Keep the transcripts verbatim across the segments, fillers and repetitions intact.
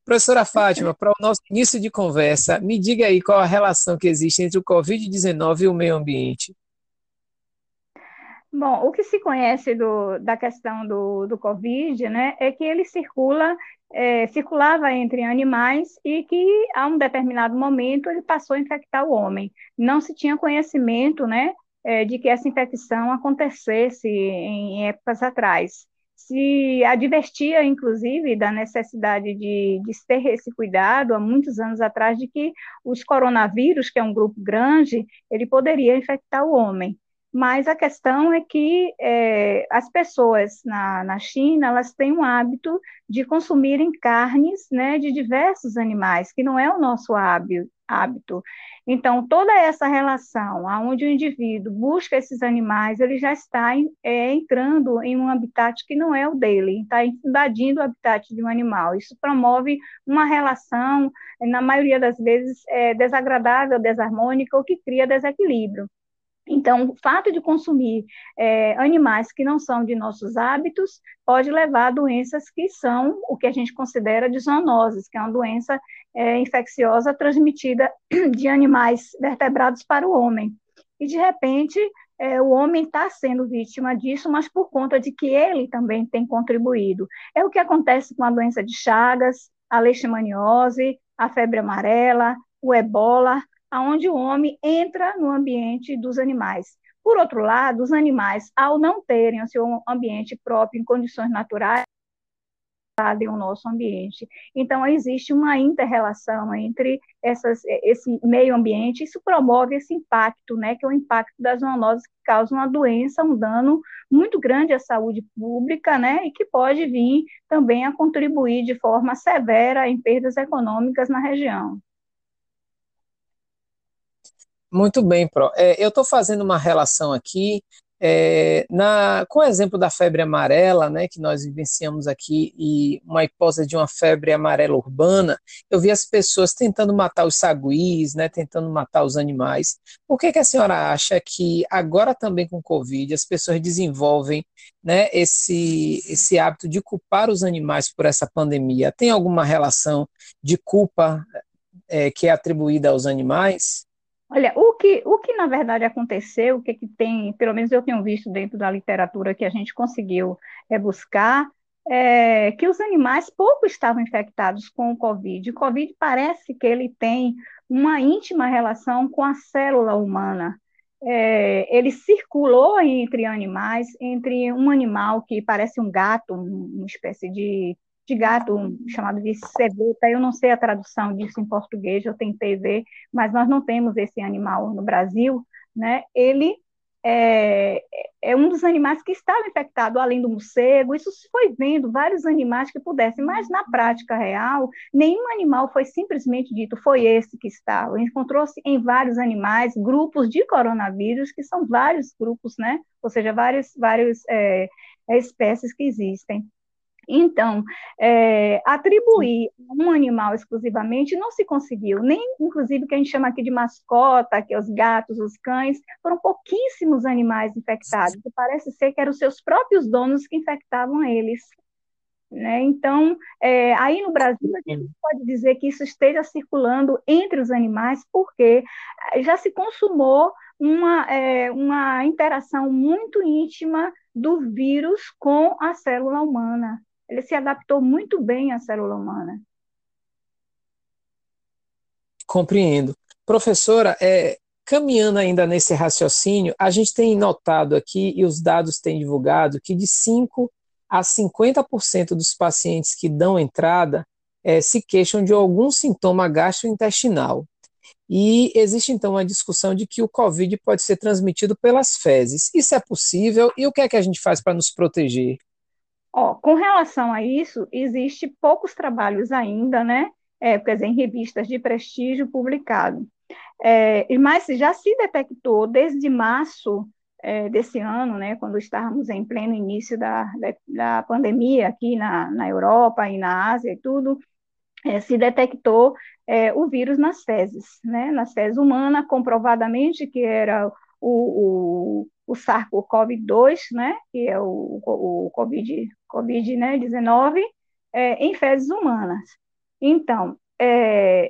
Professora Fátima, para o nosso início de conversa, me diga aí qual a relação que existe entre o covid dezenove e o meio ambiente. Bom, o que se conhece do, da questão do, do Covid, né, é que ele circula, é, circulava entre animais e que, a um determinado momento, ele passou a infectar o homem. Não se tinha conhecimento, né, é, de que essa infecção acontecesse em épocas atrás. Se advertia, inclusive, da necessidade de, de ter esse cuidado, há muitos anos atrás, de que os coronavírus, que é um grupo grande, ele poderia infectar o homem. Mas a questão é que é, as pessoas na, na China, elas têm um hábito de consumirem carnes, né, de diversos animais, que não é o nosso hábito. hábito. Então, toda essa relação, onde o indivíduo busca esses animais, ele já está é, entrando em um habitat que não é o dele, está invadindo o habitat de um animal. Isso promove uma relação, na maioria das vezes, é, desagradável, desarmônica, ou que cria desequilíbrio. Então, o fato de consumir é, animais que não são de nossos hábitos pode levar a doenças que são o que a gente considera de zoonoses, que é uma doença é, infecciosa transmitida de animais vertebrados para o homem. E, de repente, é, o homem está sendo vítima disso, mas por conta de que ele também tem contribuído. É o que acontece com a doença de Chagas, a leishmaniose, a febre amarela, o ebola, aonde o homem entra no ambiente dos animais. Por outro lado, os animais, ao não terem o seu ambiente próprio em condições naturais, em o nosso ambiente. Então, existe uma inter-relação entre essas, esse meio ambiente, isso promove esse impacto, né, que é o impacto das zoonoses que causam uma doença, um dano muito grande à saúde pública, né, e que pode vir também a contribuir de forma severa em perdas econômicas na região. Muito bem, Pro. É, eu estou fazendo uma relação aqui é, na, com o exemplo da febre amarela, né, que nós vivenciamos aqui, e uma hipótese de uma febre amarela urbana. Eu vi as pessoas tentando matar os saguis, né, tentando matar os animais. Por que que a senhora acha que agora também com o Covid as pessoas desenvolvem, né, esse, esse hábito de culpar os animais por essa pandemia? Tem alguma relação de culpa é, que é atribuída aos animais? Olha, o que, o que na verdade aconteceu, o que, que tem, pelo menos eu tenho visto dentro da literatura que a gente conseguiu é, buscar, é que os animais pouco estavam infectados com o Covid. O Covid parece que ele tem uma íntima relação com a célula humana. É, ele circulou entre animais, entre um animal que parece um gato, uma espécie de, de gato um, chamado de ceveta. Eu não sei a tradução disso em português, eu tentei ver, mas nós não temos esse animal no Brasil, né? Ele é, é um dos animais que estava infectado, além do morcego. Isso se foi vendo vários animais que pudessem, mas na prática real, nenhum animal foi simplesmente dito, foi esse que estava. Encontrou-se em vários animais grupos de coronavírus, que são vários grupos, né? Ou seja, várias, várias é, espécies que existem. Então, é, atribuir um animal exclusivamente não se conseguiu, nem inclusive o que a gente chama aqui de mascota, que é os gatos, os cães, foram pouquíssimos animais infectados, e parece ser que eram os seus próprios donos que infectavam eles. Né? Então, é, aí no Brasil, a gente pode dizer que isso esteja circulando entre os animais, porque já se consumou uma, é, uma interação muito íntima do vírus com a célula humana. Ele se adaptou muito bem à célula humana. Compreendo. Professora, é, caminhando ainda nesse raciocínio, a gente tem notado aqui, e os dados têm divulgado, que de cinco a cinquenta por cento dos pacientes que dão entrada é, se queixam de algum sintoma gastrointestinal. E existe então uma discussão de que o Covid pode ser transmitido pelas fezes. Isso é possível? E o que é que a gente faz para nos proteger? Ó, com relação a isso, existe poucos trabalhos ainda, né? É, quer dizer, em revistas de prestígio publicado. É, mas já se detectou desde março é, desse ano, né, quando estávamos em pleno início da, da, da pandemia aqui na, na Europa e na Ásia e tudo, é, se detectou é, o vírus nas fezes, né, nas fezes humanas, comprovadamente que era o, o, o SARS-CoV dois, né, que é o, o COVID, COVID, né, dezenove, é, em fezes humanas. Então, é,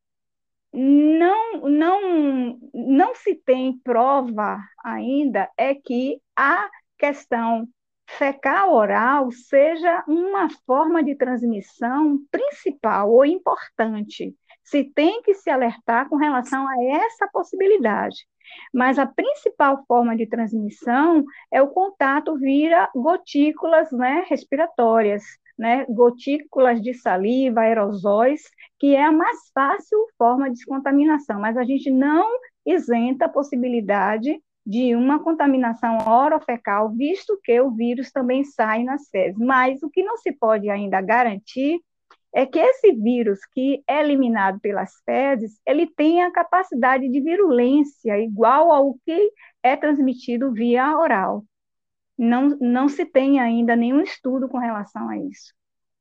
não, não, não se tem prova ainda é que a questão fecal-oral seja uma forma de transmissão principal ou importante. Se tem que se alertar com relação a essa possibilidade. Mas a principal forma de transmissão é o contato via gotículas, né, respiratórias, né, gotículas de saliva, aerosóis, que é a mais fácil forma de descontaminação, mas a gente não isenta a possibilidade de uma contaminação orofecal, visto que o vírus também sai nas fezes. Mas o que não se pode ainda garantir é que esse vírus que é eliminado pelas fezes, ele tem a capacidade de virulência igual ao que é transmitido via oral. Não, não se tem ainda nenhum estudo com relação a isso.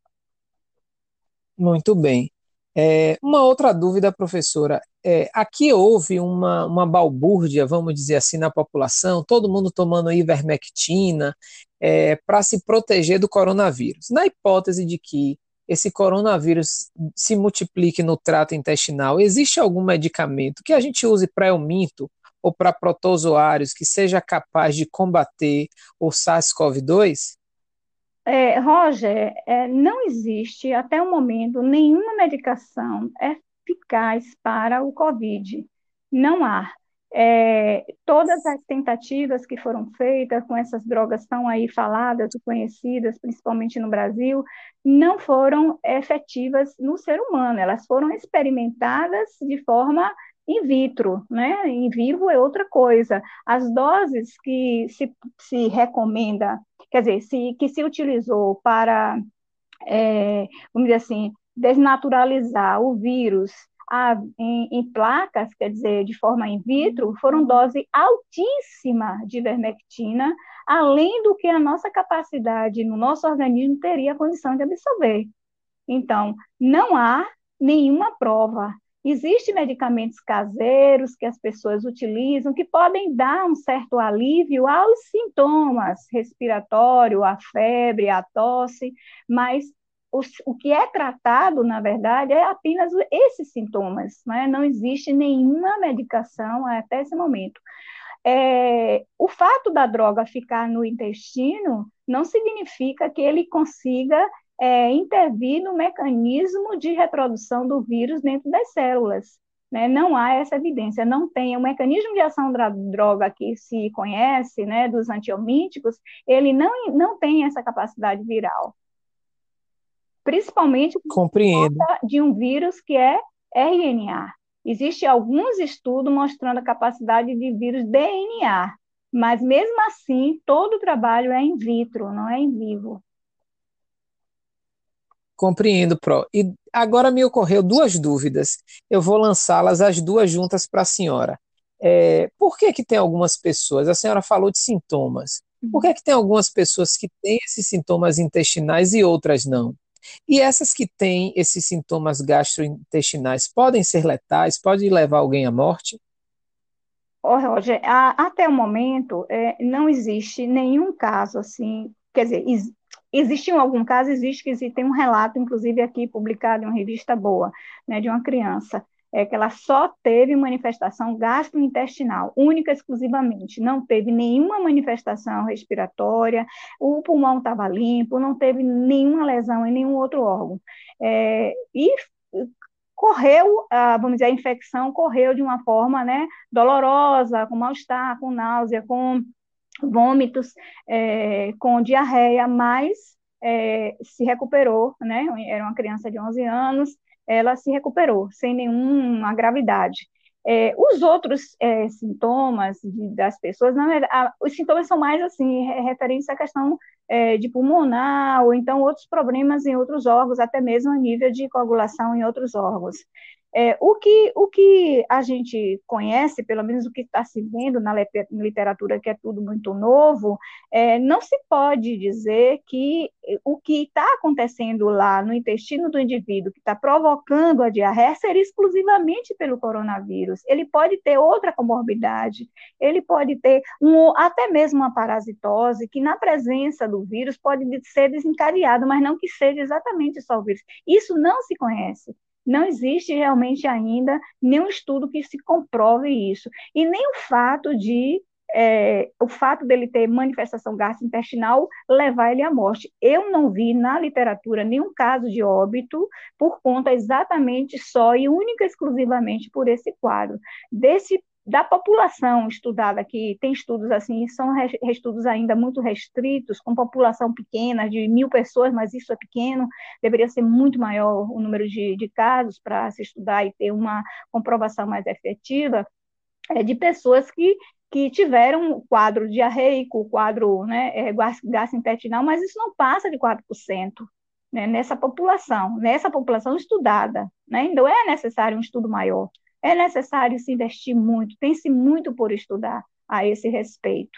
Muito bem. É, uma outra dúvida, professora. É, aqui houve uma, uma balbúrdia, vamos dizer assim, na população, todo mundo tomando ivermectina é, para se proteger do coronavírus. Na hipótese de que esse coronavírus se multiplique no trato intestinal, existe algum medicamento que a gente use para euminto ou para protozoários que seja capaz de combater o SARS-CoV dois? É, Roger, é, não existe até o momento nenhuma medicação eficaz para o Covid. Não há. É, todas as tentativas que foram feitas com essas drogas tão aí faladas e conhecidas, principalmente no Brasil, não foram efetivas no ser humano. Elas foram experimentadas de forma in vitro, né? In vivo é outra coisa. As doses que se, se recomenda, quer dizer, se, que se utilizou para, é, vamos dizer assim, desnaturalizar o vírus a, em, em placas, quer dizer, de forma in vitro, foram dose altíssima de ivermectina, além do que a nossa capacidade no nosso organismo teria a condição de absorver. Então, não há nenhuma prova. Existem medicamentos caseiros que as pessoas utilizam que podem dar um certo alívio aos sintomas respiratórios, a febre, a tosse, mas o, o que é tratado, na verdade, é apenas esses sintomas, né? Não existe nenhuma medicação até esse momento. É, o fato da droga ficar no intestino não significa que ele consiga é, intervir no mecanismo de reprodução do vírus dentro das células. Né? Não há essa evidência, não tem. O mecanismo de ação da droga que se conhece, né, dos antiomíticos, ele não, não tem essa capacidade viral. Principalmente por Compreendo. conta de um vírus que é R N A. Existem alguns estudos mostrando a capacidade de vírus D N A, mas mesmo assim, todo o trabalho é in vitro, não é em vivo. Compreendo, Pro. E agora me ocorreu duas dúvidas. Eu vou lançá-las as duas juntas para a senhora. É, por que que tem algumas pessoas, a senhora falou de sintomas, por que que tem algumas pessoas que têm esses sintomas intestinais e outras não? E essas que têm esses sintomas gastrointestinais podem ser letais, pode levar alguém à morte? Ô, Roger, a- até o momento, é, não existe nenhum caso assim, quer dizer, ex, existe um, algum caso, existe que existe, tem um relato, inclusive aqui publicado em uma revista boa, né, de uma criança, é, que ela só teve manifestação gastrointestinal, única e exclusivamente, não teve nenhuma manifestação respiratória, o pulmão estava limpo, não teve nenhuma lesão em nenhum outro órgão. É, e correu, a, vamos dizer, a infecção correu de uma forma, né, dolorosa, com mal-estar, com náusea, com vômitos, é, com diarreia, mas é, se recuperou, né, era uma criança de onze anos, ela se recuperou, sem nenhuma gravidade. É, os outros é, sintomas de, das pessoas, não, a, os sintomas são mais assim, referentes à questão é, de pulmonar, ou então outros problemas em outros órgãos, até mesmo a nível de coagulação em outros órgãos. É, o que, o que a gente conhece, pelo menos o que está se vendo na literatura, que é tudo muito novo, é, não se pode dizer que o que está acontecendo lá no intestino do indivíduo, que está provocando a diarreia, seria exclusivamente pelo coronavírus. Ele pode ter outra comorbidade, ele pode ter um, até mesmo uma parasitose, que na presença do vírus pode ser desencadeado, mas não que seja exatamente só o vírus. Isso não se conhece. Não existe realmente ainda nenhum estudo que se comprove isso. E nem o fato de é, o fato dele ter manifestação gastrointestinal levar ele à morte. Eu não vi na literatura nenhum caso de óbito por conta exatamente só e única e exclusivamente por esse quadro. Desse da população estudada aqui, tem estudos assim, são estudos ainda muito restritos, com população pequena, de mil pessoas, mas isso é pequeno, deveria ser muito maior o número de, de casos para se estudar e ter uma comprovação mais efetiva, é, de pessoas que, que tiveram quadro diarreico, quadro, né, é, gastrointestinal, mas isso não passa de quatro por cento. Né, nessa população, nessa população estudada, né? Então é necessário um estudo maior. É necessário se investir muito, tem-se muito por estudar a esse respeito.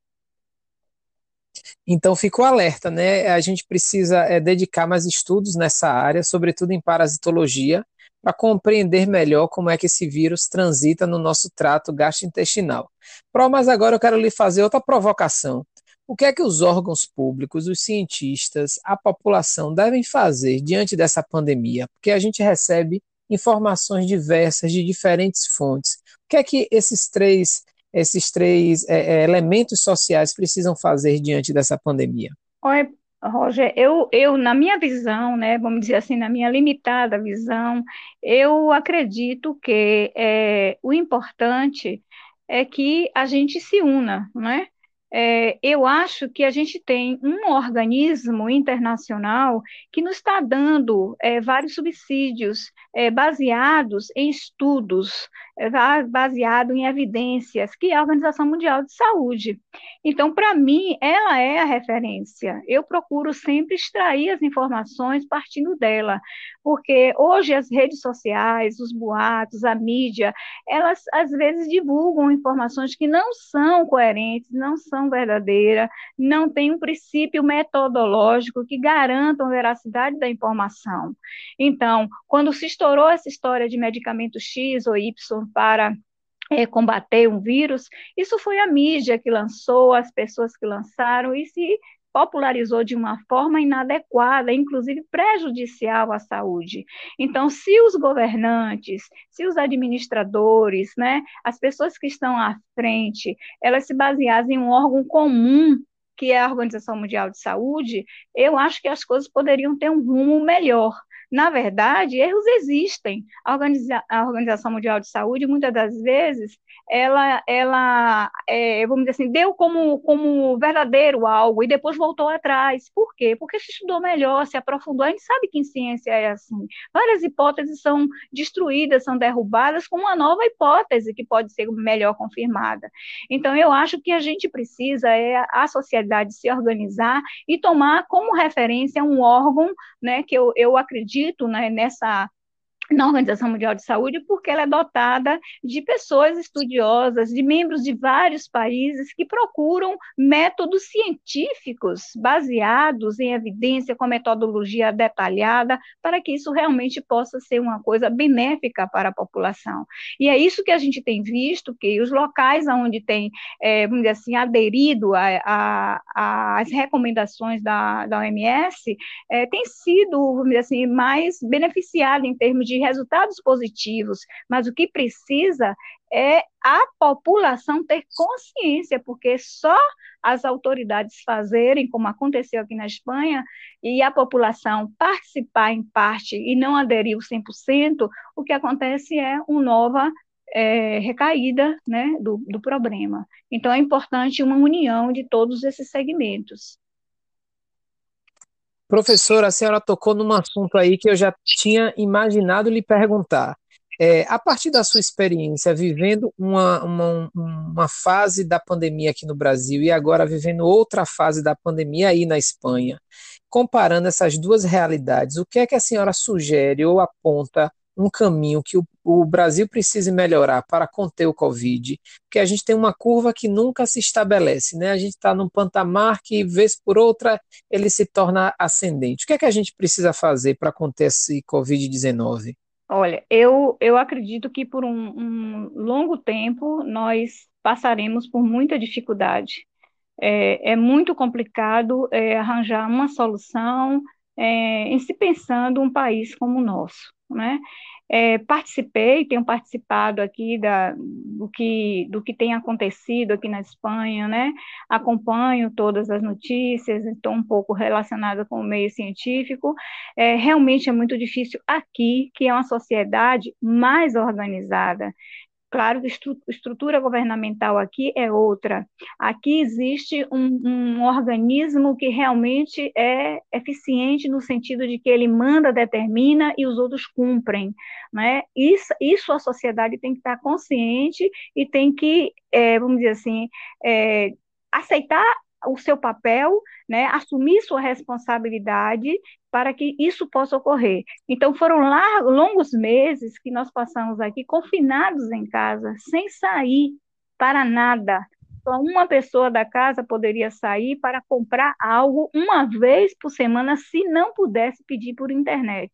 Então, ficou alerta, né? A gente precisa é, dedicar mais estudos nessa área, sobretudo em parasitologia, para compreender melhor como é que esse vírus transita no nosso trato gastrointestinal. Pro, mas agora eu quero lhe fazer outra provocação. O que é que os órgãos públicos, os cientistas, a população devem fazer diante dessa pandemia? Porque a gente recebe informações diversas de diferentes fontes. O que é que esses três esses três é, é, elementos sociais precisam fazer diante dessa pandemia? Oi, Roger, eu, eu, na minha visão, né, vamos dizer assim, na minha limitada visão, eu acredito que é, o importante é que a gente se una, não é? É, eu acho que a gente tem um organismo internacional que nos está dando é, vários subsídios é, baseados em estudos, é, baseado em evidências, que é a Organização Mundial de Saúde. Então, para mim, ela é a referência. Eu procuro sempre extrair as informações partindo dela, porque hoje as redes sociais, os boatos, a mídia, elas às vezes divulgam informações que não são coerentes, não são verdadeiras, não têm um princípio metodológico que garantam a veracidade da informação. Então, quando se estourou essa história de medicamento X ou Y para é, combater um vírus, isso foi a mídia que lançou, as pessoas que lançaram, e se popularizou de uma forma inadequada, inclusive prejudicial à saúde. Então, se os governantes, se os administradores, né, as pessoas que estão à frente, elas se baseassem em um órgão comum, que é a Organização Mundial de Saúde, eu acho que as coisas poderiam ter um rumo melhor. Na verdade, erros existem. A, Organiza a Organização Mundial de Saúde, muitas das vezes, ela, ela é, vamos dizer assim, deu como, como verdadeiro algo e depois voltou atrás. Por quê? Porque se estudou melhor, se aprofundou. A gente sabe que em ciência é assim. Várias hipóteses são destruídas, são derrubadas com uma nova hipótese que pode ser melhor confirmada. Então, eu acho que a gente precisa, é a sociedade se organizar e tomar como referência um órgão, né, que eu, eu acredito, né, nessa na Organização Mundial de Saúde, porque ela é dotada de pessoas estudiosas, de membros de vários países que procuram métodos científicos baseados em evidência, com metodologia detalhada, para que isso realmente possa ser uma coisa benéfica para a população. E é isso que a gente tem visto, que os locais onde tem, é, vamos dizer assim, aderido às recomendações da, da O M S, é, tem sido, vamos dizer assim, mais beneficiado em termos de resultados positivos, mas o que precisa é a população ter consciência, porque só as autoridades fazerem, como aconteceu aqui na Espanha, e a população participar em parte e não aderir cem por cento, o que acontece é uma nova é, recaída, né, do, do problema. Então, é importante uma união de todos esses segmentos. Professora, a senhora tocou num assunto aí que eu já tinha imaginado lhe perguntar. É, a partir da sua experiência, vivendo uma, uma, uma fase da pandemia aqui no Brasil e agora vivendo outra fase da pandemia aí na Espanha, comparando essas duas realidades, o que é que a senhora sugere ou aponta um caminho que o, o Brasil precise melhorar para conter o Covid, porque a gente tem uma curva que nunca se estabelece, né? A gente está num patamar que, vez por outra, ele se torna ascendente. O que é que a gente precisa fazer para conter esse Covid dezenove? Olha, eu, eu acredito que por um, um longo tempo nós passaremos por muita dificuldade. É, é muito complicado é, arranjar uma solução é, em se pensando um país como o nosso, né? É, participei, tenho participado aqui da, do que, do que tem acontecido aqui na Espanha, né? Acompanho todas as notícias, estou um pouco relacionada com o meio científico. É, realmente é muito difícil aqui, que é uma sociedade mais organizada. Claro que a estru- estrutura governamental aqui é outra. Aqui existe um, um organismo que realmente é eficiente no sentido de que ele manda, determina e os outros cumprem, né? Isso, isso a sociedade tem que estar consciente e tem que, é, vamos dizer assim, é, aceitar o seu papel, né? Assumir sua responsabilidade para que isso possa ocorrer. Então, foram lá, longos meses que nós passamos aqui confinados em casa, sem sair para nada. Só uma pessoa da casa poderia sair para comprar algo uma vez por semana, se não pudesse pedir por internet.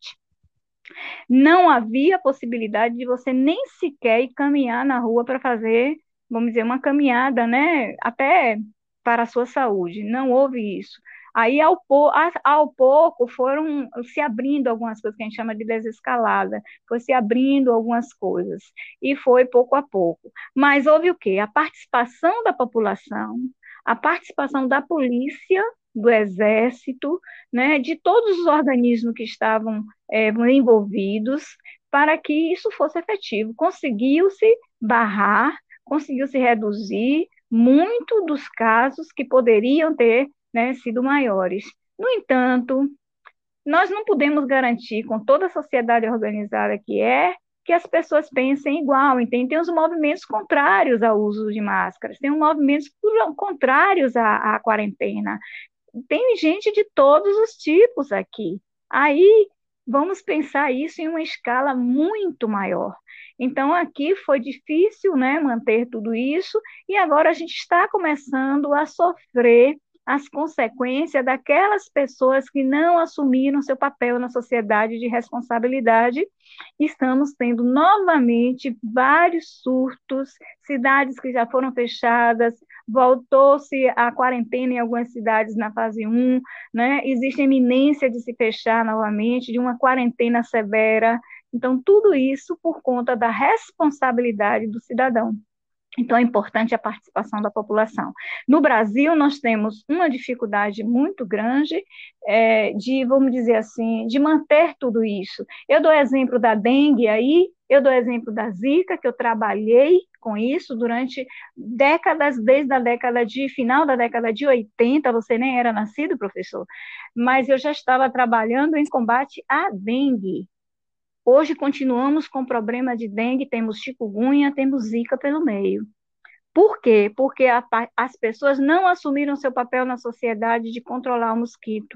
Não havia possibilidade de você nem sequer ir caminhar na rua para fazer, vamos dizer, uma caminhada, né? Até para a sua saúde. Não houve isso. Aí, ao, po ao pouco, foram se abrindo algumas coisas que a gente chama de desescalada, foi se abrindo algumas coisas, e foi pouco a pouco. Mas houve o quê? A participação da população, a participação da polícia, do exército, né, de todos os organismos que estavam é, envolvidos, para que isso fosse efetivo. Conseguiu-se barrar, conseguiu-se reduzir muito dos casos que poderiam ter, né, sido maiores. No entanto, nós não podemos garantir, com toda a sociedade organizada que é, que as pessoas pensem igual, entende? Tem os movimentos contrários ao uso de máscaras, tem os movimentos contrários à, à quarentena, tem gente de todos os tipos aqui. Aí vamos pensar isso em uma escala muito maior. Então, aqui foi difícil, né, manter tudo isso, e agora a gente está começando a sofrer as consequências daquelas pessoas que não assumiram seu papel na sociedade de responsabilidade. Estamos tendo novamente vários surtos, cidades que já foram fechadas, voltou-se a quarentena em algumas cidades na fase um, né? Existe iminência de se fechar novamente, de uma quarentena severa. Então, tudo isso por conta da responsabilidade do cidadão. Então, é importante a participação da população. No Brasil, nós temos uma dificuldade muito grande é, de, vamos dizer assim, de manter tudo isso. Eu dou exemplo da dengue aí, eu dou exemplo da Zika, que eu trabalhei com isso durante décadas, desde a década de, final da década de oitenta, você nem era nascido, professor, mas eu já estava trabalhando em combate à dengue. Hoje continuamos com problema de dengue, temos chikungunya, temos zika pelo meio. Por quê? Porque a, as pessoas não assumiram seu papel na sociedade de controlar o mosquito.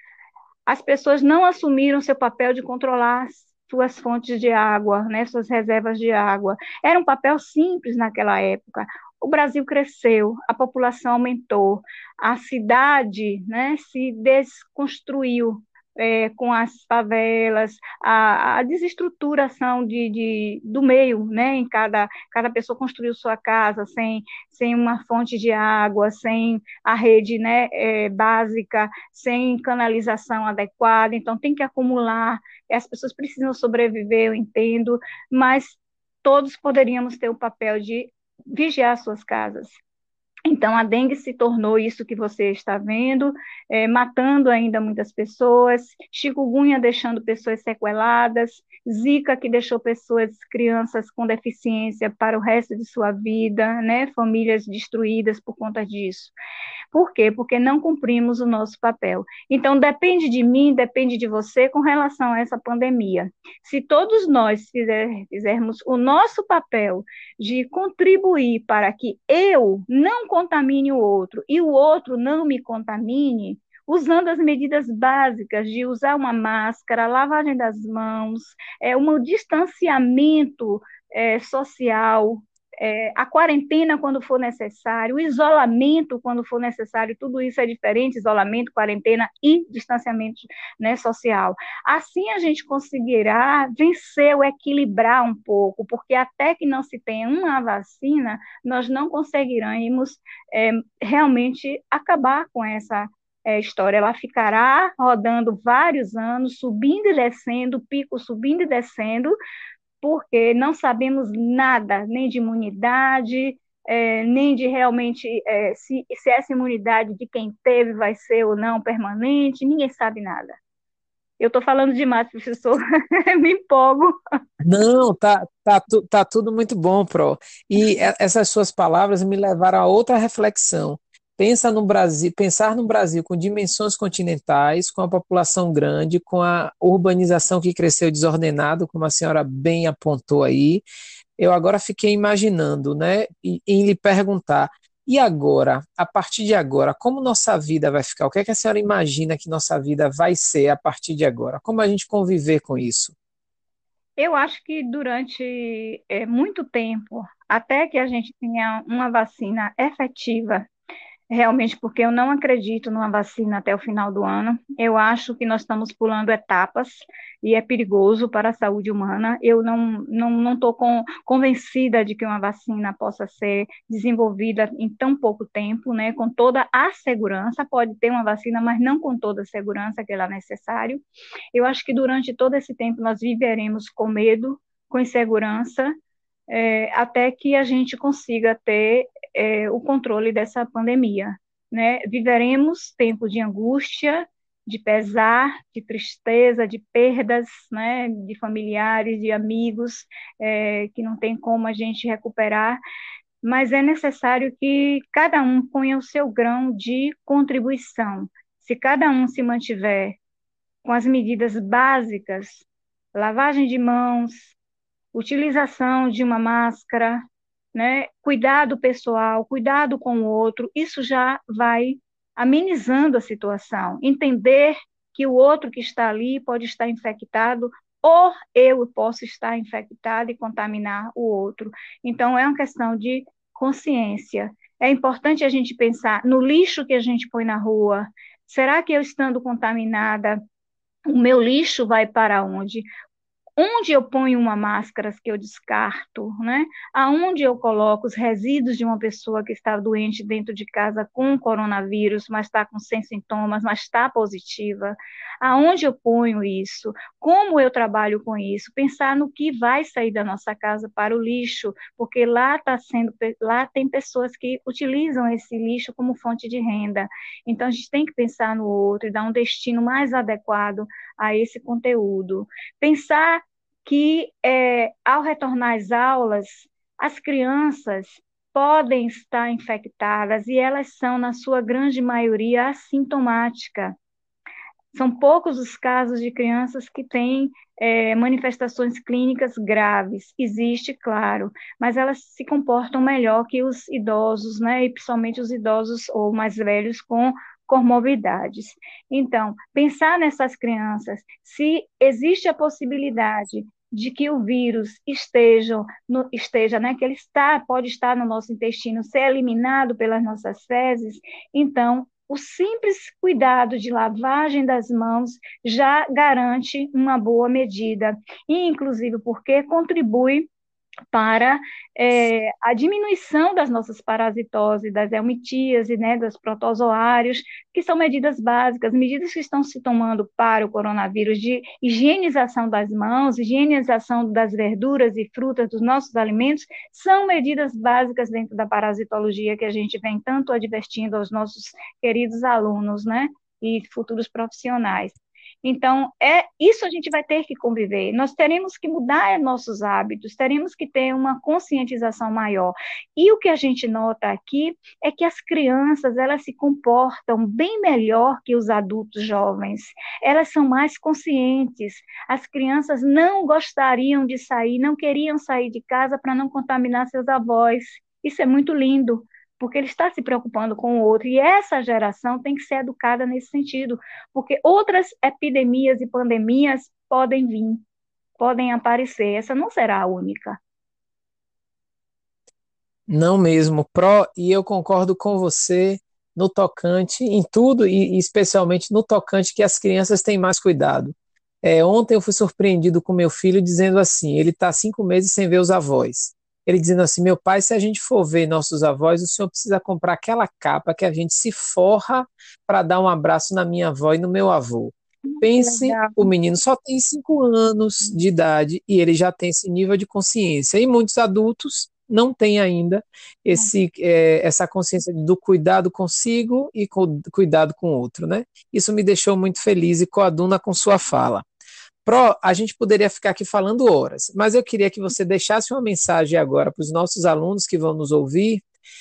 As pessoas não assumiram seu papel de controlar suas fontes de água, né, suas reservas de água. Era um papel simples naquela época. O Brasil cresceu, a população aumentou, a cidade, né, se desconstruiu, é, com as favelas, a, a desestruturação de, de, do meio, né, em cada, cada pessoa construiu sua casa sem, sem uma fonte de água, sem a rede, né, é, básica, sem canalização adequada, então tem que acumular, as pessoas precisam sobreviver, eu entendo, mas todos poderíamos ter o papel de vigiar suas casas. Então, a dengue se tornou isso que você está vendo, é, matando ainda muitas pessoas, chikungunya deixando pessoas sequeladas, zika que deixou pessoas, crianças com deficiência para o resto de sua vida, né? Famílias destruídas por conta disso. Por quê? Porque não cumprimos o nosso papel. Então, depende de mim, depende de você com relação a essa pandemia. Se todos nós fizer, fizermos o nosso papel de contribuir para que eu não contamine o outro e o outro não me contamine, usando as medidas básicas de usar uma máscara, lavagem das mãos, é, um distanciamento é, social, é, a quarentena quando for necessário, o isolamento quando for necessário, tudo isso é diferente, isolamento, quarentena e distanciamento, né, social. Assim a gente conseguirá vencer ou equilibrar um pouco, porque até que não se tenha uma vacina, nós não conseguiremos é, realmente acabar com essa é, história. Ela ficará rodando vários anos, subindo e descendo, pico subindo e descendo, porque não sabemos nada, nem de imunidade, é, nem de realmente é, se, se essa imunidade de quem teve vai ser ou não permanente, ninguém sabe nada. Eu estou falando demais, professor, me empolgo. Não, tá, tá, tu- tá tudo muito bom, Pro. E e- essas suas palavras me levaram a outra reflexão. Pensa no Brasil, pensar no Brasil com dimensões continentais, com a população grande, com a urbanização que cresceu desordenado, como a senhora bem apontou aí. Eu agora fiquei imaginando, né, e- em lhe perguntar, e agora, a partir de agora, como nossa vida vai ficar? O que é que a senhora imagina que nossa vida vai ser a partir de agora? Como a gente conviver com isso? Eu acho que durante é, muito tempo, até que a gente tenha uma vacina efetiva, realmente, porque eu não acredito numa vacina até o final do ano. Eu acho que nós estamos pulando etapas e é perigoso para a saúde humana. Eu não não não estou com, convencida de que uma vacina possa ser desenvolvida em tão pouco tempo, né? Com toda a segurança. Pode ter uma vacina, mas não com toda a segurança que ela é necessário. Eu acho que durante todo esse tempo nós viveremos com medo, com insegurança, é, até que a gente consiga ter é, o controle dessa pandemia, né? Viveremos tempos de angústia, de pesar, de tristeza, de perdas, né? De familiares, de amigos, é, que não tem como a gente recuperar, mas é necessário que cada um ponha o seu grão de contribuição. Se cada um se mantiver com as medidas básicas, lavagem de mãos, utilização de uma máscara, né? Cuidado pessoal, cuidado com o outro, isso já vai amenizando a situação. Entender que o outro que está ali pode estar infectado, ou eu posso estar infectado e contaminar o outro. Então, é uma questão de consciência. É importante a gente pensar no lixo que a gente põe na rua. Será que eu estando contaminada, o meu lixo vai para onde? Onde eu ponho uma máscara que eu descarto, né? Aonde eu coloco os resíduos de uma pessoa que está doente dentro de casa com coronavírus, mas está com sem sintomas, mas está positiva. Aonde eu ponho isso? Como eu trabalho com isso? Pensar no que vai sair da nossa casa para o lixo, porque lá está sendo, lá tem pessoas que utilizam esse lixo como fonte de renda. Então a gente tem que pensar no outro e dar um destino mais adequado a esse conteúdo. Pensar que, é, ao retornar às aulas, as crianças podem estar infectadas e elas são, na sua grande maioria, assintomáticas. São poucos os casos de crianças que têm é, manifestações clínicas graves. Existe, claro, mas elas se comportam melhor que os idosos, né? E principalmente os idosos ou mais velhos com comorbidades. Então, pensar nessas crianças, se existe a possibilidade de que o vírus esteja, no, esteja, né, que ele está, pode estar no nosso intestino, ser eliminado pelas nossas fezes, então o simples cuidado de lavagem das mãos já garante uma boa medida, e inclusive porque contribui para é, a diminuição das nossas parasitoses, das helmintíase, né, dos protozoários, que são medidas básicas, medidas que estão se tomando para o coronavírus de higienização das mãos, higienização das verduras e frutas dos nossos alimentos, são medidas básicas dentro da parasitologia que a gente vem tanto advertindo aos nossos queridos alunos, né, e futuros profissionais. Então, é isso a gente vai ter que conviver. Nós teremos que mudar nossos hábitos, teremos que ter uma conscientização maior. E o que a gente nota aqui é que as crianças, elas se comportam bem melhor que os adultos jovens. Elas são mais conscientes. As crianças não gostariam de sair, não queriam sair de casa para não contaminar seus avós. Isso é muito lindo, porque ele está se preocupando com o outro, e essa geração tem que ser educada nesse sentido, porque outras epidemias e pandemias podem vir, podem aparecer, essa não será a única. Não mesmo, Pro, e eu concordo com você no tocante, em tudo, e e especialmente no tocante que as crianças têm mais cuidado. É, ontem eu fui surpreendido com meu filho dizendo assim: ele está cinco meses sem ver os avós. Ele dizendo assim: meu pai, se a gente for ver nossos avós, o senhor precisa comprar aquela capa que a gente se forra para dar um abraço na minha avó e no meu avô. Que Pense, legal. o menino só tem cinco anos de idade e ele já tem esse nível de consciência. E muitos adultos não têm ainda esse, é, essa consciência do cuidado consigo e com, cuidado com o outro, né? Isso me deixou muito feliz e coaduna com sua fala. Pro, a gente poderia ficar aqui falando horas, mas eu queria que você deixasse uma mensagem agora para os nossos alunos que vão nos ouvir,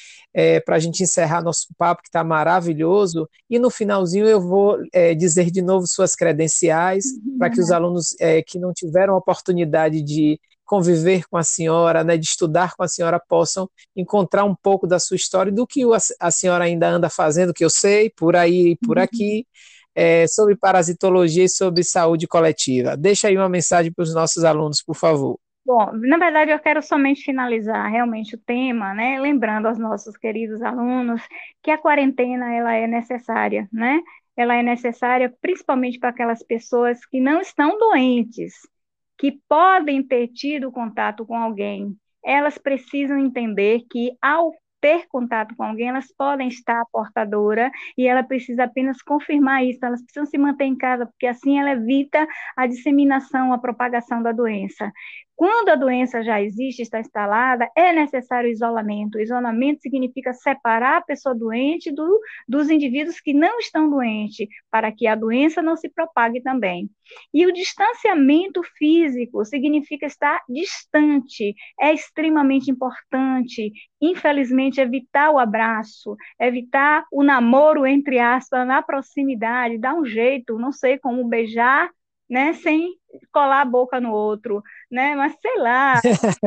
é, para a gente encerrar nosso papo, que está maravilhoso, e no finalzinho eu vou é, dizer de novo suas credenciais, para que os alunos é, que não tiveram oportunidade de conviver com a senhora, né, de estudar com a senhora, possam encontrar um pouco da sua história, do que a senhora ainda anda fazendo, que eu sei, por aí e por aqui, é, sobre parasitologia e sobre saúde coletiva. Deixa aí uma mensagem para os nossos alunos, por favor. Bom, na verdade, eu quero somente finalizar realmente o tema, né? Lembrando aos nossos queridos alunos que a quarentena ela é necessária, né? Ela é necessária principalmente para aquelas pessoas que não estão doentes, que podem ter tido contato com alguém. Elas precisam entender que ao ter contato com alguém, elas podem estar portadora e ela precisa apenas confirmar isso. Elas precisam se manter em casa, porque assim ela evita a disseminação, a propagação da doença. Quando a doença já existe, está instalada, é necessário isolamento. O isolamento significa separar a pessoa doente do, dos indivíduos que não estão doentes, para que a doença não se propague também. E o distanciamento físico significa estar distante, é extremamente importante. Infelizmente, evitar o abraço, evitar o namoro, entre aspas, na proximidade, dar um jeito, não sei como beijar, né, sem colar a boca no outro, né? Mas sei lá,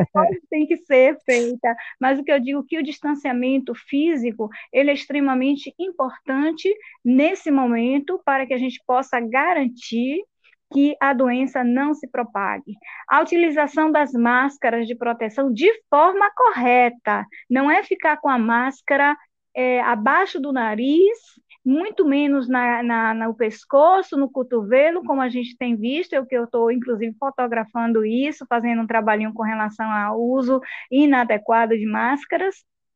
tem que ser feita. Mas o que eu digo é que o distanciamento físico, ele é extremamente importante nesse momento para que a gente possa garantir que a doença não se propague. A utilização das máscaras de proteção de forma correta, não é ficar com a máscara é, abaixo do nariz, muito menos na, na, no pescoço, no cotovelo, como a gente tem visto, é o que eu estou, inclusive, fotografando isso, fazendo um trabalhinho com relação ao uso inadequado de máscaras.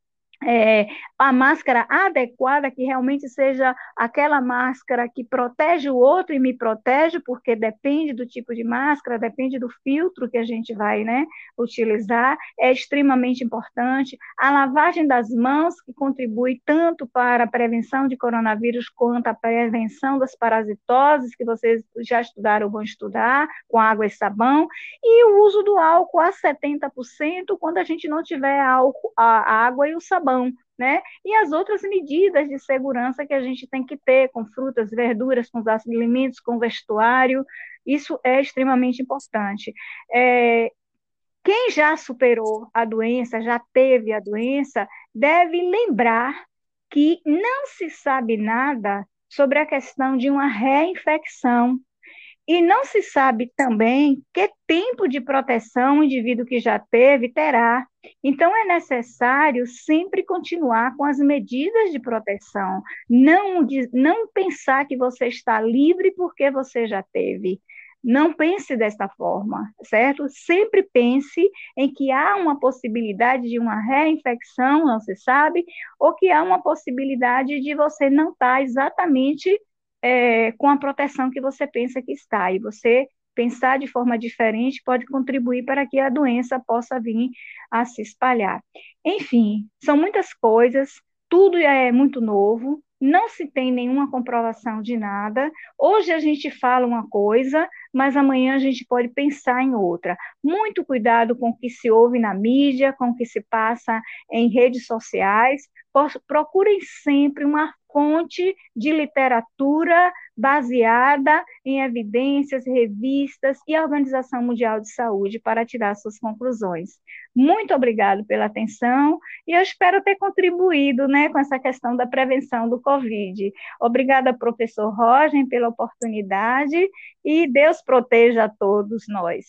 É, a máscara adequada, que realmente seja aquela máscara que protege o outro e me protege, porque depende do tipo de máscara, depende do filtro que a gente vai, né, utilizar, é extremamente importante. A lavagem das mãos, que contribui tanto para a prevenção de coronavírus quanto a prevenção das parasitoses, que vocês já estudaram ou vão estudar, com água e sabão, e o uso do álcool a setenta por cento quando a gente não tiver álcool, a água e o sabão. Né? E as outras medidas de segurança que a gente tem que ter, com frutas, verduras, com os alimentos, com vestuário, isso é extremamente importante. É, quem já superou a doença, já teve a doença, deve lembrar que não se sabe nada sobre a questão de uma reinfecção. E não se sabe também que tempo de proteção o indivíduo que já teve terá. Então, é necessário sempre continuar com as medidas de proteção. Não, não pensar que você está livre porque você já teve. Não pense desta forma, certo? Sempre pense em que há uma possibilidade de uma reinfecção, não se sabe, ou que há uma possibilidade de você não estar exatamente é, com a proteção que você pensa que está. E você pensar de forma diferente pode contribuir para que a doença possa vir a se espalhar. Enfim, são muitas coisas, tudo é muito novo, não se tem nenhuma comprovação de nada. Hoje a gente fala uma coisa, mas amanhã a gente pode pensar em outra. Muito cuidado com o que se ouve na mídia, com o que se passa em redes sociais. Procurem sempre uma fonte de literatura baseada em evidências, revistas e a Organização Mundial de Saúde para tirar suas conclusões. Muito obrigado pela atenção e eu espero ter contribuído, né, com essa questão da prevenção do Covid. Obrigada, professor Roger, pela oportunidade e Deus proteja a todos nós.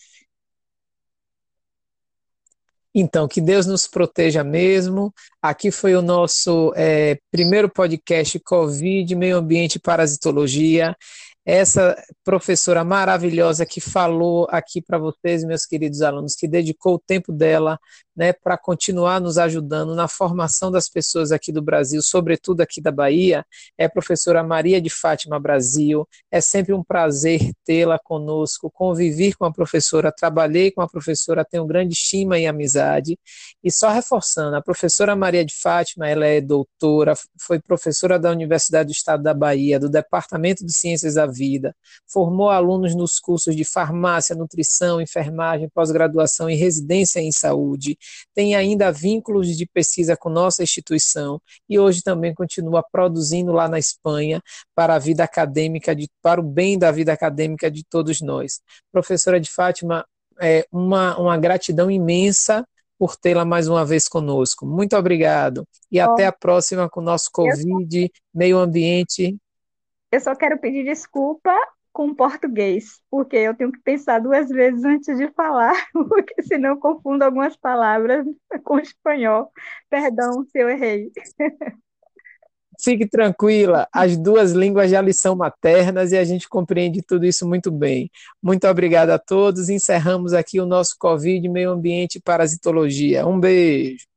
Então, que Deus nos proteja mesmo. Aqui foi o nosso é, primeiro podcast Covid, Meio Ambiente e Parasitologia. Essa professora maravilhosa que falou aqui para vocês, meus queridos alunos, que dedicou o tempo dela, né, para continuar nos ajudando na formação das pessoas aqui do Brasil, sobretudo aqui da Bahia, é a professora Maria de Fátima Brasil. É sempre um prazer tê-la conosco, conviver com a professora, trabalhei com a professora, tenho grande estima e amizade. E só reforçando, a professora Maria de Fátima, ela é doutora, foi professora da Universidade do Estado da Bahia, do Departamento de Ciências da Vida, formou alunos nos cursos de farmácia, nutrição, enfermagem, pós-graduação e residência em saúde, tem ainda vínculos de pesquisa com nossa instituição e hoje também continua produzindo lá na Espanha para a vida acadêmica, de, para o bem da vida acadêmica de todos nós. Professora de Fátima, é uma, uma gratidão imensa por tê-la mais uma vez conosco. Muito obrigado e Bom, até a próxima com o nosso Covid, meio ambiente. Eu só quero pedir desculpa com o português, porque eu tenho que pensar duas vezes antes de falar, porque senão eu confundo algumas palavras com o espanhol. Perdão se eu errei. Fique tranquila, as duas línguas já lhe são maternas e a gente compreende tudo isso muito bem. Muito obrigado a todos. Encerramos aqui o nosso Covid, Meio Ambiente e Parasitologia. Um beijo.